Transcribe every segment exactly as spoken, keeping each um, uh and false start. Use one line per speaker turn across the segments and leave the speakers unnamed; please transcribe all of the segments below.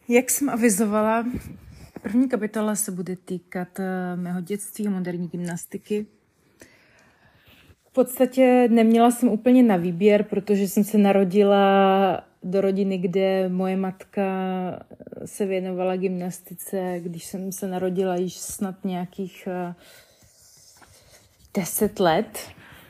Jak jsem avizovala, první kapitola se bude týkat mého dětství a moderní gymnastiky. V podstatě neměla jsem úplně na výběr, protože jsem se narodila do rodiny, kde moje matka se věnovala gymnastice, když jsem se narodila již snad nějakých deset let.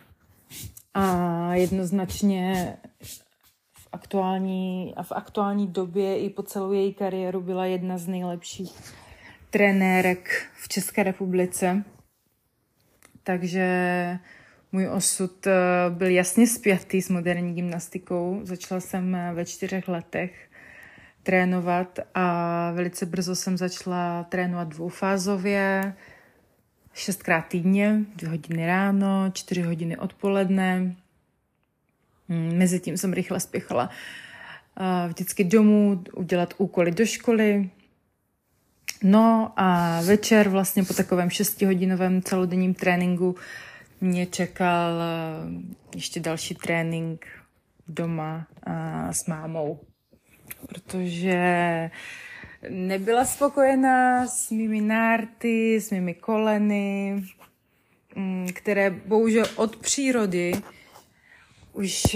A jednoznačně v aktuální, a v aktuální době i po celou její kariéru byla jedna z nejlepších trenérek v České republice. Takže můj osud byl jasně spjatý s moderní gymnastikou. Začala jsem ve čtyřech letech trénovat a velice brzo jsem začala trénovat dvoufázově, šestkrát týdně, dvě hodiny ráno, čtyři hodiny odpoledne. Mezitím jsem rychle spěchala vždycky domů udělat úkoly do školy. No a večer vlastně po takovém šestihodinovém celodenním tréninku mě čekal ještě další trénink doma s mámou, protože nebyla spokojená s mými nárty, s mými koleny, které bohužel od přírody už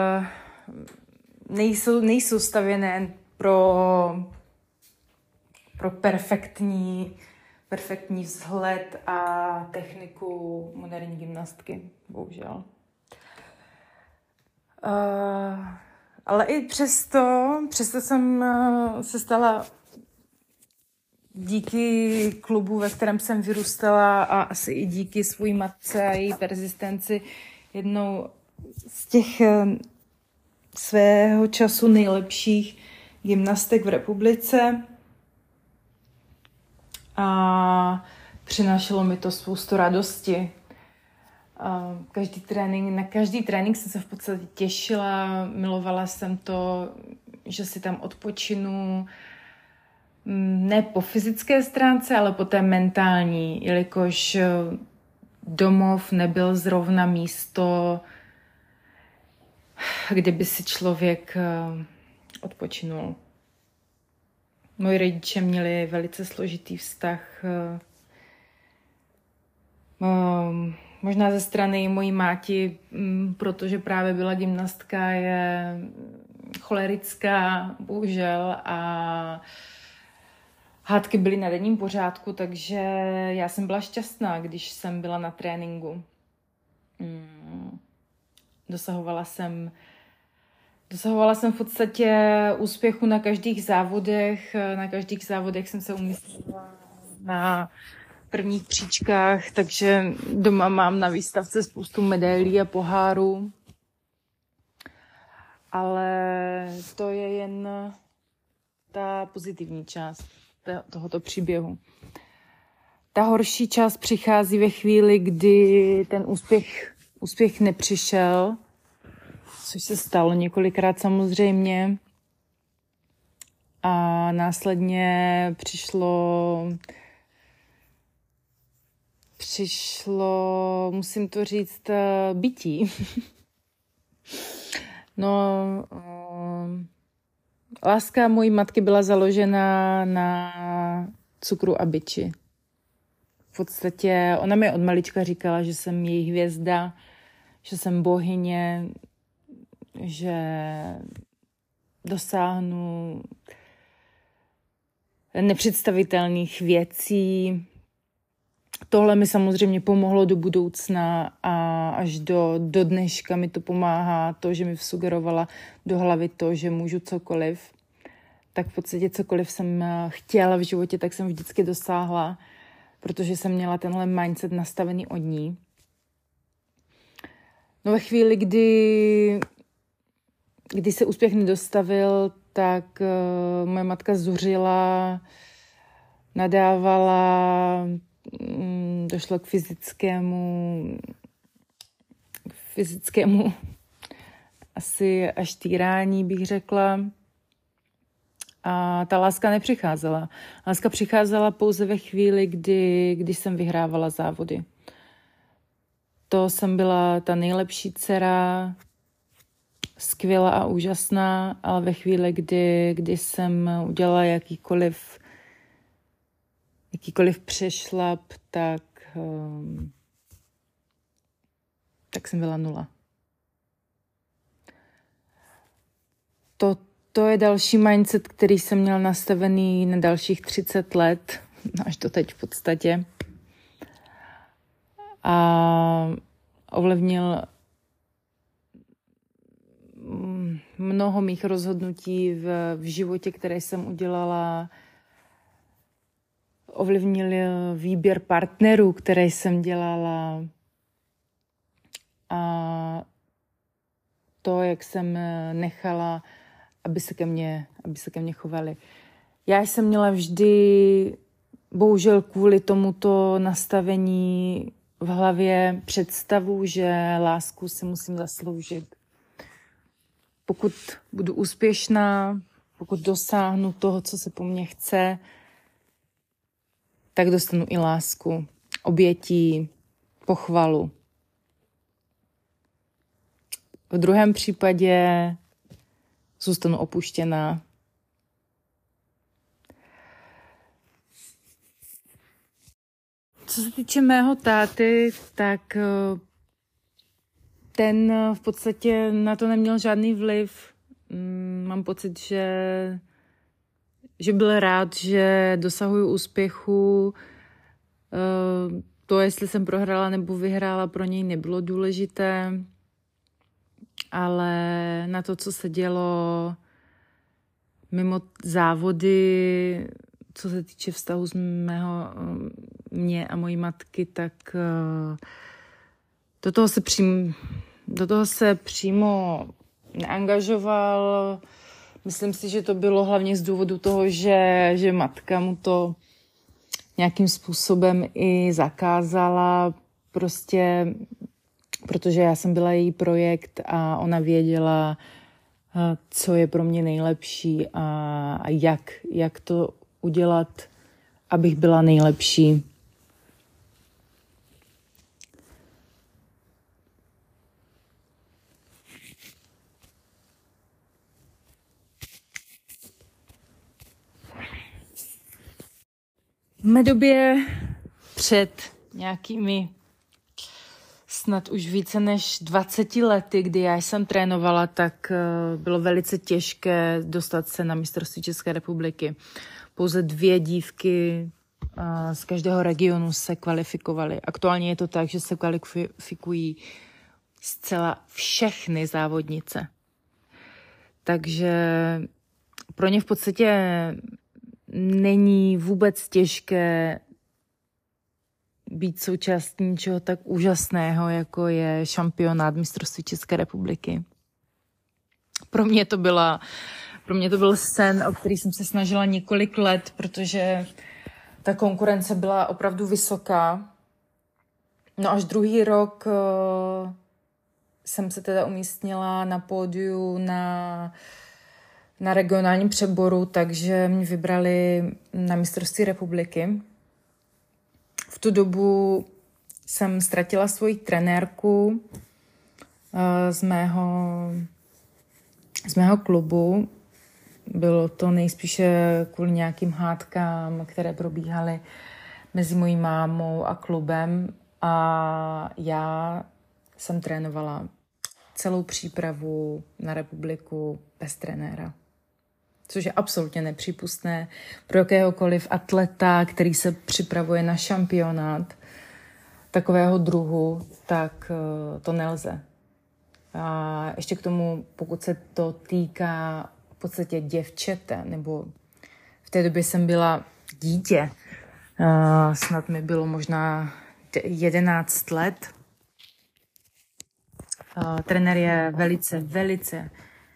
nejsou, nejsou stavěné pro, pro perfektní, perfektní vzhled a techniku moderní gymnastky, bohužel. Uh, ale i přesto, přesto jsem se stala díky klubu, ve kterém jsem vyrůstala a asi i díky své matce a její persistenci jednou z těch svého času nejlepších gymnastek v republice. A přinášelo mi to spoustu radosti. Každý trénink, na každý trénink jsem se v podstatě těšila, milovala jsem to, že si tam odpočinu, ne po fyzické stránce, ale po té mentální, jelikož domov nebyl zrovna místo, kde by si člověk odpočinul. Moji rodiče měli velice složitý vztah, možná ze strany mojí máti, protože právě byla gymnastka, je cholerická, bohužel, a hádky byly na denním pořádku, takže já jsem byla šťastná, když jsem byla na tréninku. Dosahovala jsem, dosahovala jsem v podstatě úspěchu na každých závodech. Na každých závodech jsem se umístila na prvních příčkách, takže doma mám na výstavce spoustu medailí a pohárů. Ale to je jen ta pozitivní část tohoto příběhu. Ta horší část přichází ve chvíli, kdy ten úspěch, úspěch nepřišel, což se stalo několikrát samozřejmě. A následně přišlo, přišlo, musím to říct, bytí. No, láska mojí matky byla založena na cukru a biči. V podstatě ona mi od malička říkala, že jsem její hvězda, že jsem bohyně, že dosáhnu nepředstavitelných věcí. Tohle mi samozřejmě pomohlo do budoucna a až do, do dneška mi to pomáhá, to, že mi vsugerovala do hlavy to, že můžu cokoliv. Tak v podstatě cokoliv jsem chtěla v životě, tak jsem vždycky dosáhla, protože jsem měla tenhle mindset nastavený od ní. No ve chvíli, kdy, kdy se úspěch nedostavil, tak uh, moje matka zuřila, nadávala, um, došlo k fyzickému, k fyzickému asi až týrání, bych řekla. A ta láska nepřicházela. Láska přicházela pouze ve chvíli, kdy, kdy jsem vyhrávala závody. To jsem byla ta nejlepší dcera, skvělá a úžasná, ale ve chvíli, kdy, kdy jsem udělala jakýkoliv, jakýkoliv přešlap, tak, um, tak jsem byla nula. To, to je další mindset, který jsem měla nastavený na dalších třicet let, až do teď v podstatě. A ovlivnil mnoho mých rozhodnutí v, v životě, které jsem udělala. Ovlivnil výběr partnerů, které jsem dělala. A to, jak jsem nechala, aby se ke mně, aby se ke mně chovali. Já jsem měla vždy, bohužel kvůli tomuto nastavení v hlavě představu, že lásku si musím zasloužit. Pokud budu úspěšná, pokud dosáhnu toho, co se po mně chce, tak dostanu i lásku, obětí, pochvalu. V druhém případě zůstanu opuštěná. Co se týče mého táty, tak ten v podstatě na to neměl žádný vliv. Mám pocit, že, že byl rád, že dosahuju úspěchu. To, jestli jsem prohrála nebo vyhrála, pro něj nebylo důležité. Ale na to, co se dělo mimo závody, co se týče vztahu z mého, mě a mojí matky, tak do toho se přímo, do toho se přímo neangažoval. Myslím si, že to bylo hlavně z důvodu toho, že, že matka mu to nějakým způsobem i zakázala. Prostě protože já jsem byla její projekt a ona věděla, co je pro mě nejlepší a, a jak, jak to udělat, abych byla nejlepší. V mé době před nějakými snad už více než dvaceti lety, kdy já jsem trénovala, tak bylo velice těžké dostat se na mistrovství České republiky. Pouze dvě dívky z každého regionu se kvalifikovaly. Aktuálně je to tak, že se kvalifikují zcela všechny závodnice. Takže pro ně v podstatě není vůbec těžké být součástí něčeho tak úžasného, jako je šampionát mistrovství České republiky. Pro mě to byla, pro mě to byl sen, o který jsem se snažila několik let, protože ta konkurence byla opravdu vysoká. No až druhý rok uh, jsem se teda umístnila na pódiu na, na regionálním přeboru, takže mě vybrali na mistrovství republiky. V tu dobu jsem ztratila svoji trenérku uh, z mého, z mého klubu. Bylo to nejspíše kvůli nějakým hádkám, které probíhaly mezi mojí mámou a klubem. A já jsem trénovala celou přípravu na republiku bez trenéra. Což je absolutně nepřípustné pro jakéhokoliv atleta, který se připravuje na šampionát takového druhu, tak to nelze. A ještě k tomu, pokud se to týká v podstatě děvčete, nebo v té době jsem byla dítě, snad mi bylo možná jedenáct let. Trenér je velice, velice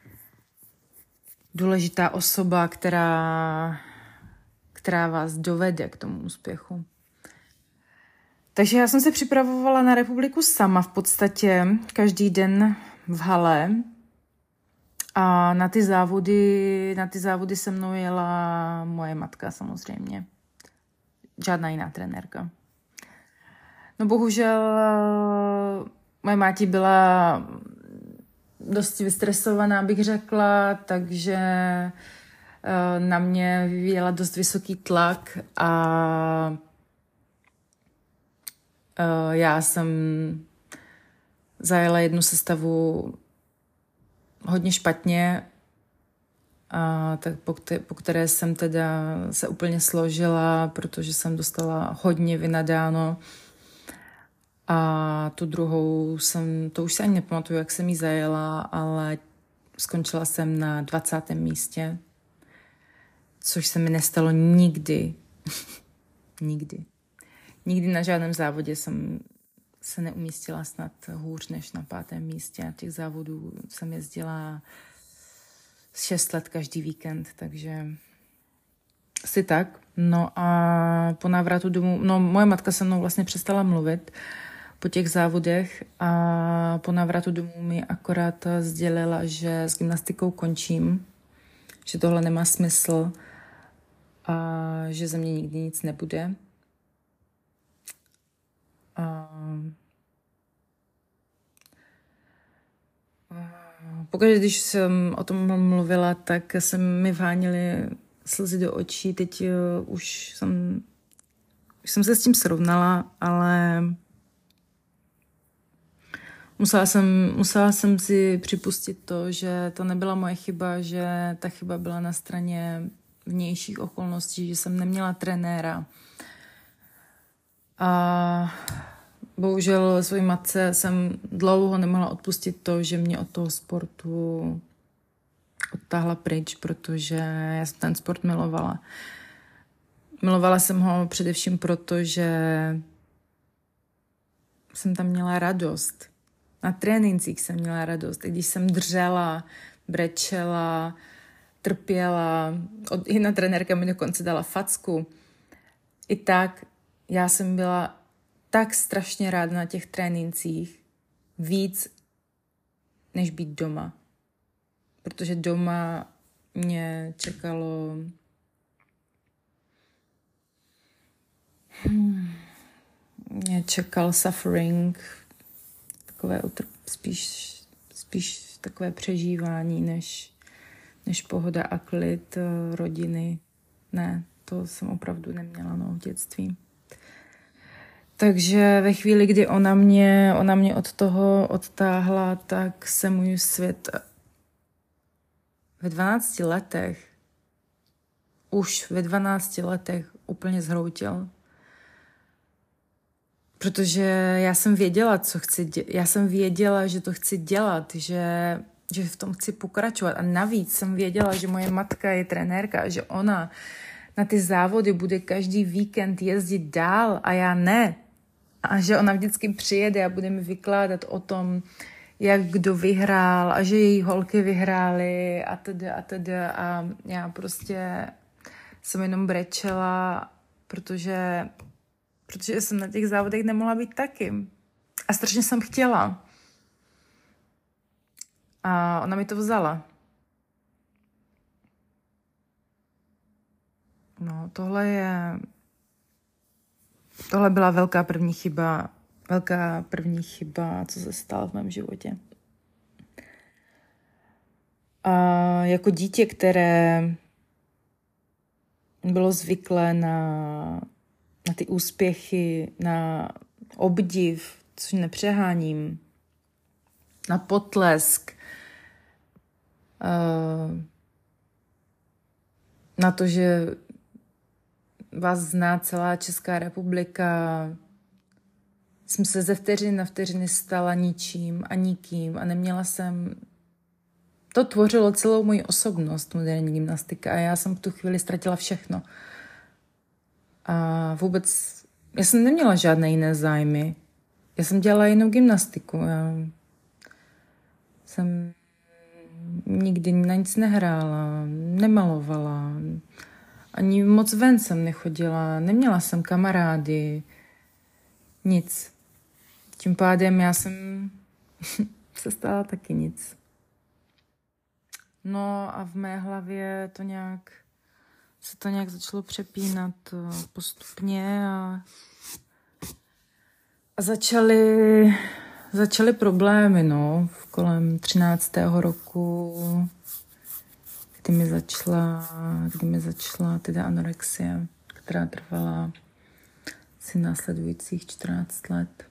důležitá osoba, která, která vás dovede k tomu úspěchu. Takže já jsem se připravovala na republiku sama v podstatě každý den v hale a na ty závody, na ty závody se mnou jela moje matka samozřejmě. Žádná jiná trenérka. No bohužel moje máti byla dost vystresovaná, bych řekla, takže na mě vyvíjela dost vysoký tlak a já jsem zajela jednu sestavu hodně špatně, a tak po, které, po které jsem teda se úplně složila, protože jsem dostala hodně vynadáno. A tu druhou jsem, to už se ani nepamatuju, jak jsem ji zajela, ale skončila jsem na dvacátém místě, což se mi nestalo nikdy. nikdy. Nikdy na žádném závodě jsem se neumístila snad hůř než na pátém místě. A těch závodů jsem jezdila šest let každý víkend, takže asi tak. No a po návratu domů, no moje matka se mnou vlastně přestala mluvit po těch závodech a po návratu domů mi akorát sdělila, že s gymnastikou končím, že tohle nemá smysl a že ze mě nikdy nic nebude. A pokud když jsem o tom mluvila, tak se mi vháněly slzy do očí. Teď uh, už jsem, už jsem se s tím srovnala, ale musela jsem, musela jsem si připustit to, že to nebyla moje chyba, že ta chyba byla na straně vnějších okolností, že jsem neměla trenéra. A bohužel svojí matce jsem dlouho nemohla odpustit to, že mě od toho sportu odtáhla pryč, protože já jsem ten sport milovala. Milovala jsem ho především proto, že jsem tam měla radost. Na trénincích jsem měla radost. I když jsem dřela, brečela, trpěla, jedna trenérka mi dokonce dala facku. I tak já jsem byla tak strašně ráda na těch trénincích, víc než být doma. Protože doma mě čekalo hmm, mě čekal suffering, takové utrp, spíš, spíš takové přežívání, než, než pohoda a klid rodiny. Ne, to jsem opravdu neměla no, v dětství. Takže ve chvíli, kdy ona mě, ona mě od toho odtáhla, tak se můj svět ve dvanácti letech, už ve dvanácti letech úplně zhroutil. Protože já jsem věděla, co chci dělat. Já jsem věděla, že to chci dělat, že, že v tom chci pokračovat. A navíc jsem věděla, že moje matka je trenérka, že ona na ty závody bude každý víkend jezdit dál a já ne. A že ona vždycky přijede a bude mi vykládat o tom, jak kdo vyhrál a že její holky vyhrály a teda a teda. A já prostě jsem jenom brečela, protože, protože jsem na těch závodech nemohla být taky. A strašně jsem chtěla. A ona mi to vzala. No, tohle je... Tohle byla velká první chyba, velká první chyba, co se stalo v mém životě. A jako dítě, které bylo zvyklé na, na ty úspěchy, na obdiv, což nepřeháním, na potlesk, na to, že vás zná celá Česká republika. Jsem se ze vteřiny na vteřiny stala ničím a nikým a neměla jsem... To tvořilo celou moji osobnost, moderní gymnastika a já jsem v tu chvíli ztratila všechno. A vůbec... Já jsem neměla žádné jiné zájmy. Já jsem dělala jenom gymnastiku. Já jsem nikdy na nic nehrála, nemalovala. Ani moc ven jsem nechodila, neměla jsem kamarády, nic. Tím pádem já jsem se stala taky nic. No a v mé hlavě to nějak, se to nějak začalo přepínat postupně a, a začaly, začaly problémy, no, v kolem třináctého roku, kdy mi začala, kdy mi začala teda anorexie, která trvala asi následujících čtrnáct let.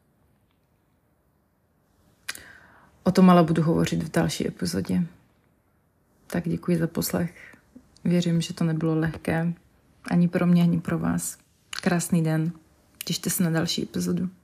O tom ale budu hovořit v další epizodě. Tak děkuji za poslech. Věřím, že to nebylo lehké. Ani pro mě, ani pro vás. Krásný den. Těšte se na další epizodu.